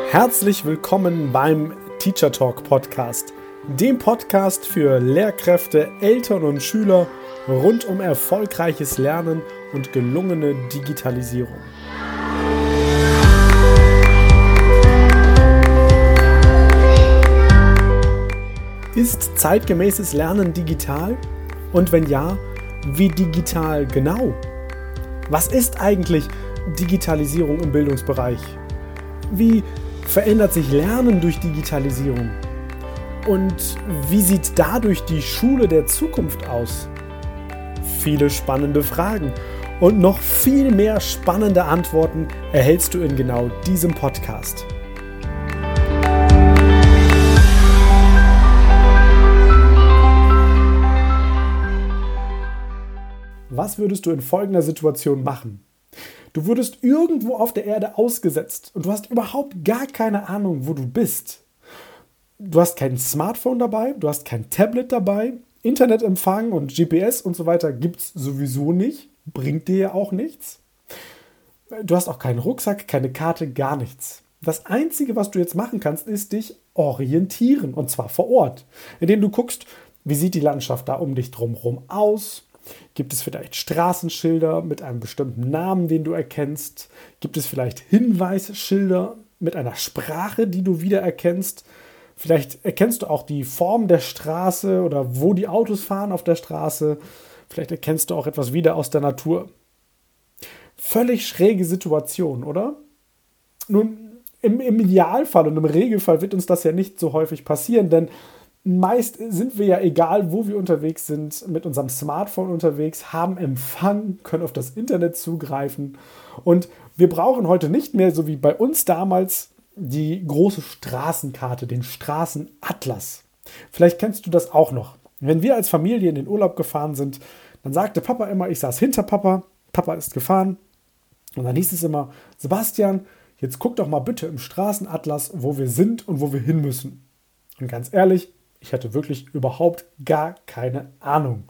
Herzlich willkommen beim Teacher Talk Podcast, dem Podcast für Lehrkräfte, Eltern und Schüler rund um erfolgreiches Lernen und gelungene Digitalisierung. Ist zeitgemäßes Lernen digital? Und wenn ja, wie digital genau? Was ist eigentlich Digitalisierung im Bildungsbereich? Wie verändert sich Lernen durch Digitalisierung? Und wie sieht dadurch die Schule der Zukunft aus? Viele spannende Fragen und noch viel mehr spannende Antworten erhältst du in genau diesem Podcast. Was würdest du in folgender Situation machen? Du würdest irgendwo auf der Erde ausgesetzt und du hast überhaupt gar keine Ahnung, wo du bist. Du hast kein Smartphone dabei, du hast kein Tablet dabei, Internetempfang und GPS und so weiter gibt es sowieso nicht, bringt dir ja auch nichts. Du hast auch keinen Rucksack, keine Karte, gar nichts. Das Einzige, was du jetzt machen kannst, ist dich orientieren und zwar vor Ort, indem du guckst, wie sieht die Landschaft da um dich drumherum aus. Gibt es vielleicht Straßenschilder mit einem bestimmten Namen, den du erkennst? Gibt es vielleicht Hinweisschilder mit einer Sprache, die du wiedererkennst? Vielleicht erkennst du auch die Form der Straße oder wo die Autos fahren auf der Straße. Vielleicht erkennst du auch etwas wieder aus der Natur. Völlig schräge Situation, oder? Nun, im Idealfall und im Regelfall wird uns das ja nicht so häufig passieren, denn meist sind wir ja, egal wo wir unterwegs sind, mit unserem Smartphone unterwegs, haben Empfang, können auf das Internet zugreifen und wir brauchen heute nicht mehr, so wie bei uns damals, die große Straßenkarte, den Straßenatlas. Vielleicht kennst du das auch noch. Wenn wir als Familie in den Urlaub gefahren sind, dann sagte Papa immer, ich saß hinter Papa, Papa ist gefahren und dann hieß es immer, Sebastian, jetzt guck doch mal bitte im Straßenatlas, wo wir sind und wo wir hin müssen. Und ganz ehrlich, ich hatte wirklich überhaupt gar keine Ahnung.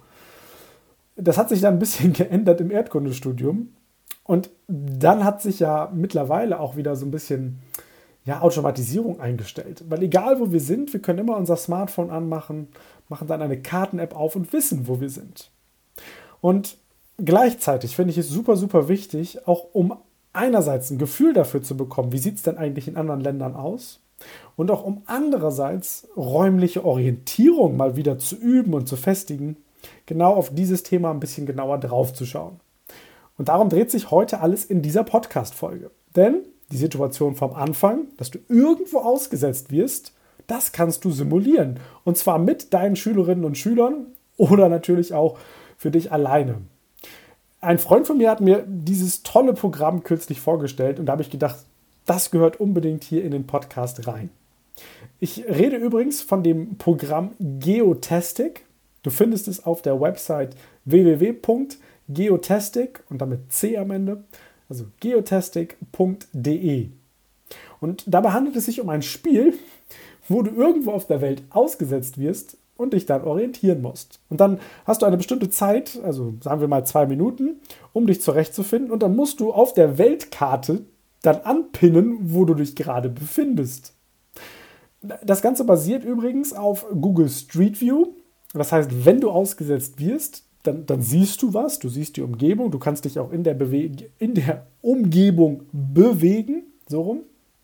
Das hat sich dann ein bisschen geändert im Erdkundestudium. Und dann hat sich ja mittlerweile auch wieder so ein bisschen Automatisierung eingestellt. Weil egal wo wir sind, wir können immer unser Smartphone anmachen, machen dann eine Karten-App auf und wissen, wo wir sind. Und gleichzeitig finde ich es super, super wichtig, auch um einerseits ein Gefühl dafür zu bekommen, wie sieht es denn eigentlich in anderen Ländern aus? Und auch um andererseits räumliche Orientierung mal wieder zu üben und zu festigen, genau auf dieses Thema ein bisschen genauer drauf zu schauen. Und darum dreht sich heute alles in dieser Podcast-Folge. Denn die Situation vom Anfang, dass du irgendwo ausgesetzt wirst, das kannst du simulieren. Und zwar mit deinen Schülerinnen und Schülern oder natürlich auch für dich alleine. Ein Freund von mir hat mir dieses tolle Programm kürzlich vorgestellt und da habe ich gedacht, das gehört unbedingt hier in den Podcast rein. Ich rede übrigens von dem Programm Geotastic. Du findest es auf der Website www.geotastic und damit C am Ende, also geotastic.de. Und dabei handelt es sich um ein Spiel, wo du irgendwo auf der Welt ausgesetzt wirst und dich dann orientieren musst. Und dann hast du eine bestimmte Zeit, also sagen wir mal 2 Minuten, um dich zurechtzufinden und dann musst du auf der Weltkarte dann anpinnen, wo du dich gerade befindest. Das Ganze basiert übrigens auf Google Street View. Das heißt, wenn du ausgesetzt wirst, dann siehst du was, du siehst die Umgebung, du kannst dich auch in der Umgebung bewegen, so rum.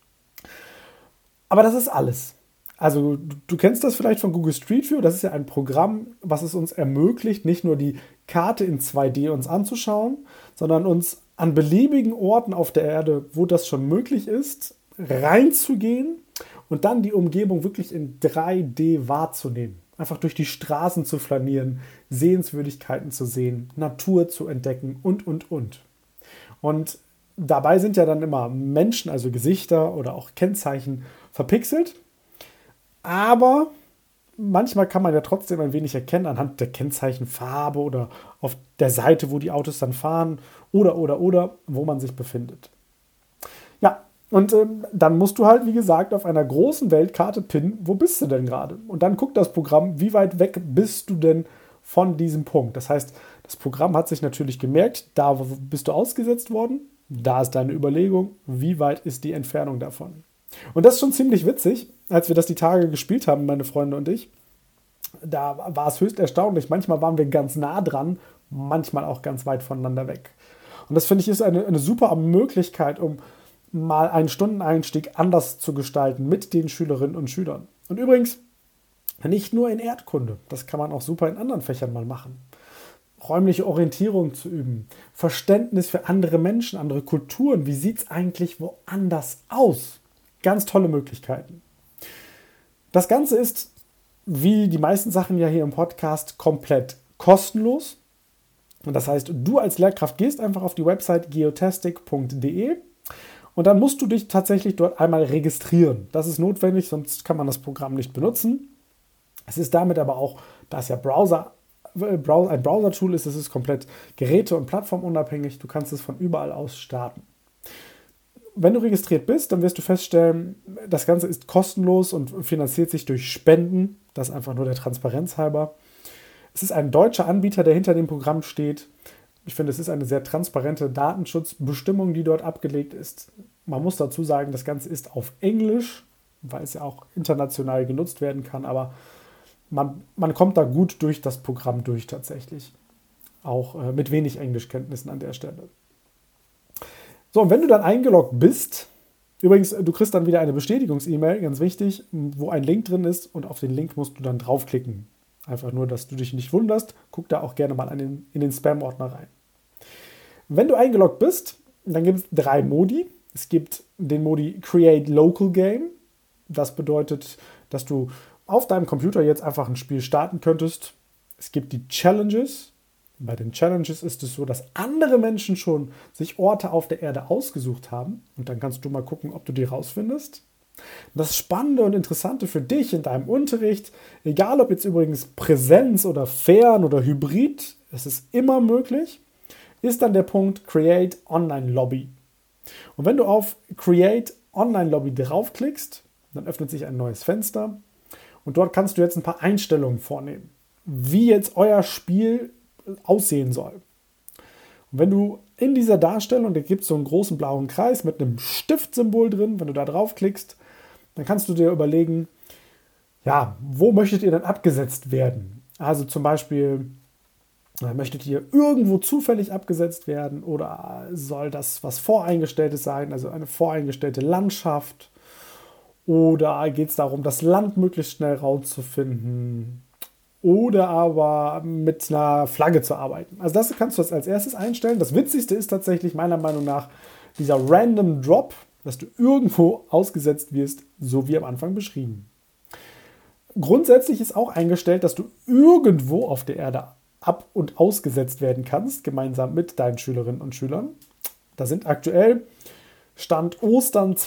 Aber das ist alles. Also du kennst das vielleicht von Google Street View, das ist ja ein Programm, was es uns ermöglicht, nicht nur die Karte in 2D uns anzuschauen, sondern uns an beliebigen Orten auf der Erde, wo das schon möglich ist, reinzugehen und dann die Umgebung wirklich in 3D wahrzunehmen. Einfach durch die Straßen zu flanieren, Sehenswürdigkeiten zu sehen, Natur zu entdecken und. Und dabei sind ja dann immer Menschen, also Gesichter oder auch Kennzeichen verpixelt. Aber manchmal kann man ja trotzdem ein wenig erkennen anhand der Kennzeichenfarbe oder auf der Seite, wo die Autos dann fahren oder, wo man sich befindet. Ja, und dann musst du halt, wie gesagt, auf einer großen Weltkarte pinnen, wo bist du denn gerade? Und dann guckt das Programm, wie weit weg bist du denn von diesem Punkt. Das heißt, das Programm hat sich natürlich gemerkt, da bist du ausgesetzt worden, da ist deine Überlegung, wie weit ist die Entfernung davon. Und das ist schon ziemlich witzig, als wir das die Tage gespielt haben, meine Freunde und ich. Da war es höchst erstaunlich. Manchmal waren wir ganz nah dran, manchmal auch ganz weit voneinander weg. Und das finde ich ist eine super Möglichkeit, um mal einen Stundeneinstieg anders zu gestalten mit den Schülerinnen und Schülern. Und übrigens, nicht nur in Erdkunde, das kann man auch super in anderen Fächern mal machen. Räumliche Orientierung zu üben, Verständnis für andere Menschen, andere Kulturen, wie sieht es eigentlich woanders aus? Ganz tolle Möglichkeiten. Das Ganze ist, wie die meisten Sachen ja hier im Podcast, komplett kostenlos. Und das heißt, du als Lehrkraft gehst einfach auf die Website geotastic.de und dann musst du dich tatsächlich dort einmal registrieren. Das ist notwendig, sonst kann man das Programm nicht benutzen. Es ist damit aber auch, da es ja ein Browser-Tool ist, es ist komplett geräte- und plattformunabhängig. Du kannst es von überall aus starten. Wenn du registriert bist, dann wirst du feststellen, das Ganze ist kostenlos und finanziert sich durch Spenden. Das ist einfach nur der Transparenz halber. Es ist ein deutscher Anbieter, der hinter dem Programm steht. Ich finde, es ist eine sehr transparente Datenschutzbestimmung, die dort abgelegt ist. Man muss dazu sagen, das Ganze ist auf Englisch, weil es ja auch international genutzt werden kann, aber man kommt da gut durch das Programm durch tatsächlich. Auch mit wenig Englischkenntnissen an der Stelle. So, und wenn du dann eingeloggt bist, übrigens, du kriegst dann wieder eine Bestätigungs-E-Mail, ganz wichtig, wo ein Link drin ist und auf den Link musst du dann draufklicken. Einfach nur, dass du dich nicht wunderst, guck da auch gerne mal in den Spam-Ordner rein. Wenn du eingeloggt bist, dann gibt es 3 Modi. Es gibt den Modi Create Local Game. Das bedeutet, dass du auf deinem Computer jetzt einfach ein Spiel starten könntest. Es gibt die Challenges. Bei den Challenges ist es so, dass andere Menschen schon sich Orte auf der Erde ausgesucht haben. Und dann kannst du mal gucken, ob du die rausfindest. Das Spannende und Interessante für dich in deinem Unterricht, egal ob jetzt übrigens Präsenz oder Fern oder Hybrid, es ist immer möglich, ist dann der Punkt Create Online Lobby. Und wenn du auf Create Online Lobby draufklickst, dann öffnet sich ein neues Fenster und dort kannst du jetzt ein paar Einstellungen vornehmen, wie jetzt euer Spiel aussehen soll. Und wenn du in dieser Darstellung, da gibt es so einen großen blauen Kreis mit einem Stiftsymbol drin, wenn du da draufklickst, dann kannst du dir überlegen, ja, wo möchtet ihr denn abgesetzt werden? Also zum Beispiel, möchtet ihr irgendwo zufällig abgesetzt werden oder soll das was Voreingestelltes sein, also eine voreingestellte Landschaft? Oder geht es darum, das Land möglichst schnell rauszufinden? Oder aber mit einer Flagge zu arbeiten. Also das kannst du als erstes einstellen. Das Witzigste ist tatsächlich meiner Meinung nach dieser Random Drop, dass du irgendwo ausgesetzt wirst, so wie am Anfang beschrieben. Grundsätzlich ist auch eingestellt, dass du irgendwo auf der Erde ab- und ausgesetzt werden kannst, gemeinsam mit deinen Schülerinnen und Schülern. Da sind aktuell Stand Ostern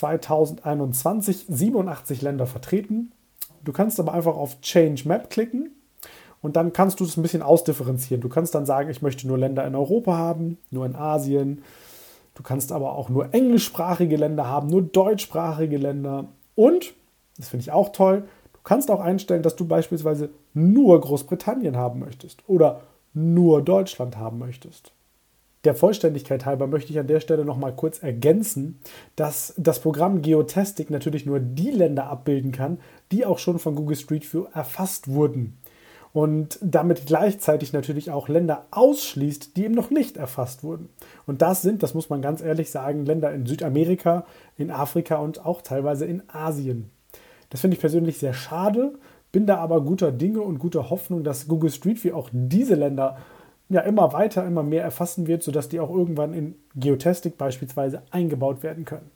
2021 87 Länder vertreten. Du kannst aber einfach auf Change Map klicken und dann kannst du es ein bisschen ausdifferenzieren. Du kannst dann sagen, ich möchte nur Länder in Europa haben, nur in Asien. Du kannst aber auch nur englischsprachige Länder haben, nur deutschsprachige Länder. Und, das finde ich auch toll, du kannst auch einstellen, dass du beispielsweise nur Großbritannien haben möchtest oder nur Deutschland haben möchtest. Der Vollständigkeit halber möchte ich an der Stelle noch mal kurz ergänzen, dass das Programm Geotastic natürlich nur die Länder abbilden kann, die auch schon von Google Street View erfasst wurden. Und damit gleichzeitig natürlich auch Länder ausschließt, die eben noch nicht erfasst wurden. Und das sind, das muss man ganz ehrlich sagen, Länder in Südamerika, in Afrika und auch teilweise in Asien. Das finde ich persönlich sehr schade, bin da aber guter Dinge und guter Hoffnung, dass Google Street View auch diese Länder ja immer weiter, immer mehr erfassen wird, sodass die auch irgendwann in Geotastic beispielsweise eingebaut werden können.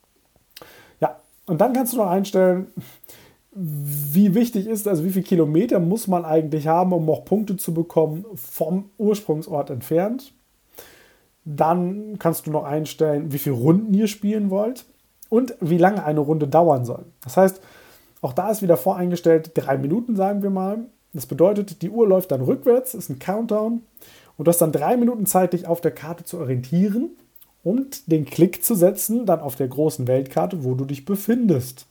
Ja, und dann kannst du noch einstellen, wie wichtig ist, also wie viele Kilometer muss man eigentlich haben, um auch Punkte zu bekommen vom Ursprungsort entfernt. Dann kannst du noch einstellen, wie viele Runden ihr spielen wollt und wie lange eine Runde dauern soll. Das heißt, auch da ist wieder voreingestellt 3 Minuten, sagen wir mal. Das bedeutet, die Uhr läuft dann rückwärts, ist ein Countdown und du hast dann 3 Minuten Zeit, dich auf der Karte zu orientieren und den Klick zu setzen, dann auf der großen Weltkarte, wo du dich befindest.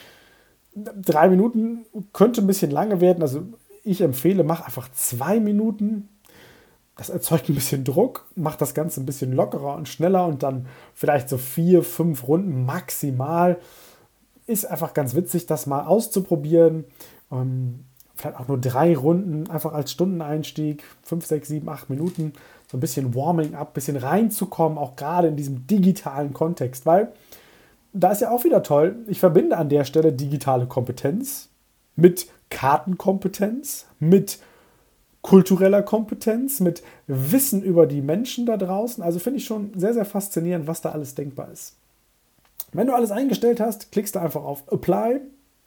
3 Minuten könnte ein bisschen lange werden, also ich empfehle, mach einfach 2 Minuten. Das erzeugt ein bisschen Druck, macht das Ganze ein bisschen lockerer und schneller und dann vielleicht so 4, 5 Runden maximal. ist einfach ganz witzig, das mal auszuprobieren. Vielleicht auch nur 3 Runden, einfach als Stundeneinstieg, 5, 6, 7, 8 Minuten, so ein bisschen Warming up, ein bisschen reinzukommen, auch gerade in diesem digitalen Kontext, weil da ist ja auch wieder toll, ich verbinde an der Stelle digitale Kompetenz mit Kartenkompetenz, mit kultureller Kompetenz, mit Wissen über die Menschen da draußen. Also finde ich schon sehr, sehr faszinierend, was da alles denkbar ist. Wenn du alles eingestellt hast, klickst du einfach auf Apply.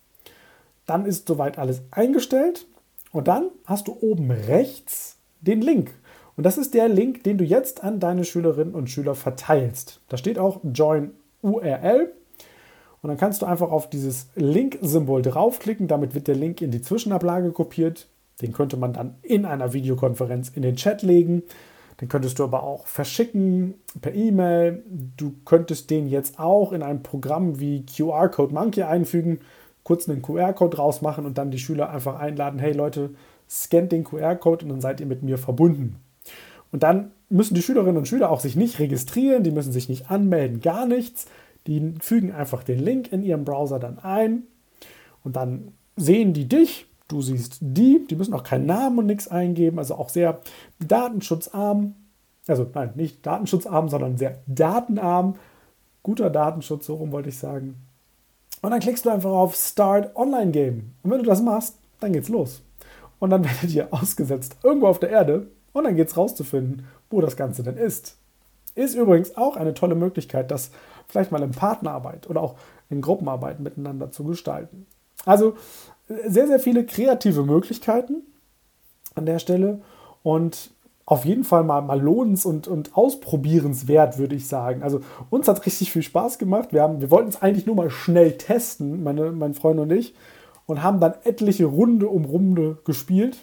Dann ist soweit alles eingestellt und dann hast du oben rechts den Link. Und das ist der Link, den du jetzt an deine Schülerinnen und Schüler verteilst. Da steht auch Join URL und dann kannst du einfach auf dieses Link-Symbol draufklicken. Damit wird der Link in die Zwischenablage kopiert. Den könnte man dann in einer Videokonferenz in den Chat legen. Den könntest du aber auch verschicken per E-Mail. Du könntest den jetzt auch in ein Programm wie QR-Code Monkey einfügen, kurz einen QR-Code draus machen und dann die Schüler einfach einladen, hey Leute, scannt den QR-Code und dann seid ihr mit mir verbunden. Und dann müssen die Schülerinnen und Schüler auch sich nicht registrieren, die müssen sich nicht anmelden, gar nichts. Die fügen einfach den Link in ihrem Browser dann ein und dann sehen die dich, du siehst die müssen auch keinen Namen und nichts eingeben, also auch sehr datenschutzarm, also nein, nicht datenschutzarm, sondern sehr datenarm, guter Datenschutz, so rum wollte ich sagen. Und dann klickst du einfach auf Start Online Game. Und wenn du das machst, dann geht's los. Und dann werdet ihr ausgesetzt irgendwo auf der Erde und dann geht's rauszufinden, wo das Ganze denn ist. Ist übrigens auch eine tolle Möglichkeit, das vielleicht mal in Partnerarbeit oder auch in Gruppenarbeit miteinander zu gestalten. Also sehr, sehr viele kreative Möglichkeiten an der Stelle und auf jeden Fall mal lohnens- und ausprobierenswert, würde ich sagen. Also uns hat richtig viel Spaß gemacht. Wir wollten es eigentlich nur mal schnell testen, mein Freund und ich, und haben dann etliche Runde um Runde gespielt,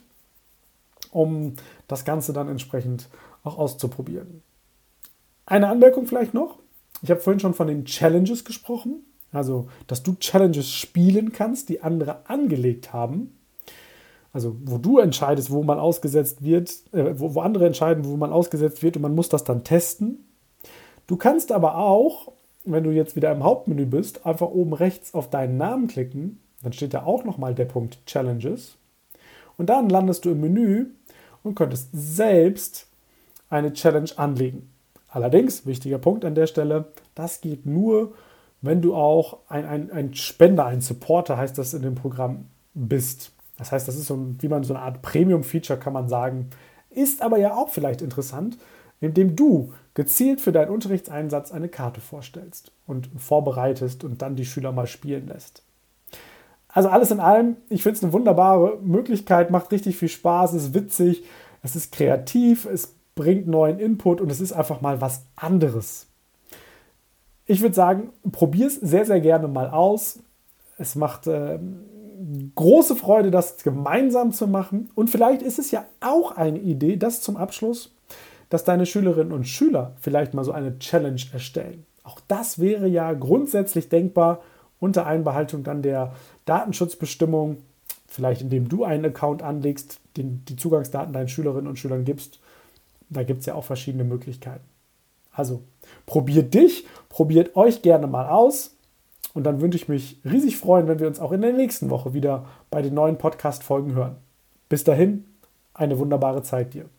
um das Ganze dann entsprechend auch auszuprobieren. Eine Anmerkung vielleicht noch. Ich habe vorhin schon von den Challenges gesprochen. Also, dass du Challenges spielen kannst, die andere angelegt haben. Also, wo du entscheidest, wo man ausgesetzt wird, wo andere entscheiden, wo man ausgesetzt wird und man muss das dann testen. Du kannst aber auch, wenn du jetzt wieder im Hauptmenü bist, einfach oben rechts auf deinen Namen klicken. Dann steht da auch nochmal der Punkt Challenges. Und dann landest du im Menü und könntest selbst eine Challenge anlegen. Allerdings, wichtiger Punkt an der Stelle, das geht nur, wenn du auch ein Spender, ein Supporter, heißt das in dem Programm, bist. Das heißt, das ist wie man so eine Art Premium-Feature, kann man sagen. Ist aber ja auch vielleicht interessant, indem du gezielt für deinen Unterrichtseinsatz eine Karte vorstellst und vorbereitest und dann die Schüler mal spielen lässt. Also alles in allem, ich finde es eine wunderbare Möglichkeit, macht richtig viel Spaß, ist witzig, es ist kreativ, es bringt neuen Input und es ist einfach mal was anderes. Ich würde sagen, probier es sehr, sehr gerne mal aus. Es macht große Freude, das gemeinsam zu machen. Und vielleicht ist es ja auch eine Idee, das zum Abschluss, dass deine Schülerinnen und Schüler vielleicht mal so eine Challenge erstellen. Auch das wäre ja grundsätzlich denkbar unter Einbehaltung dann der Datenschutzbestimmung, vielleicht indem du einen Account anlegst, die Zugangsdaten deinen Schülerinnen und Schülern gibst. Da gibt es ja auch verschiedene Möglichkeiten. Also probiert euch gerne mal aus und dann würde ich mich riesig freuen, wenn wir uns auch in der nächsten Woche wieder bei den neuen Podcast-Folgen hören. Bis dahin, eine wunderbare Zeit dir.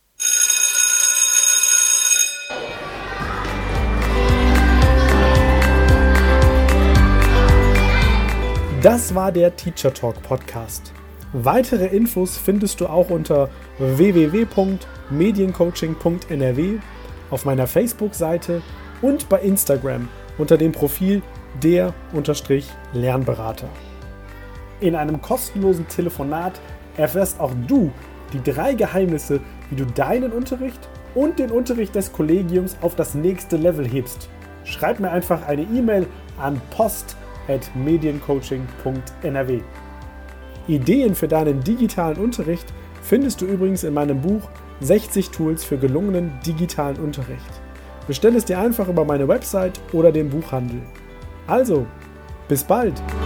Das war der Teacher Talk Podcast. Weitere Infos findest du auch unter www.mediencoaching.nrw, auf meiner Facebook-Seite und bei Instagram unter dem Profil der_Lernberater. In einem kostenlosen Telefonat erfährst auch du die 3 Geheimnisse, wie du deinen Unterricht und den Unterricht des Kollegiums auf das nächste Level hebst. Schreib mir einfach eine E-Mail an post@mediencoaching.nrw. Ideen für deinen digitalen Unterricht findest du übrigens in meinem Buch 60 Tools für gelungenen digitalen Unterricht. Bestell es dir einfach über meine Website oder den Buchhandel. Also, bis bald!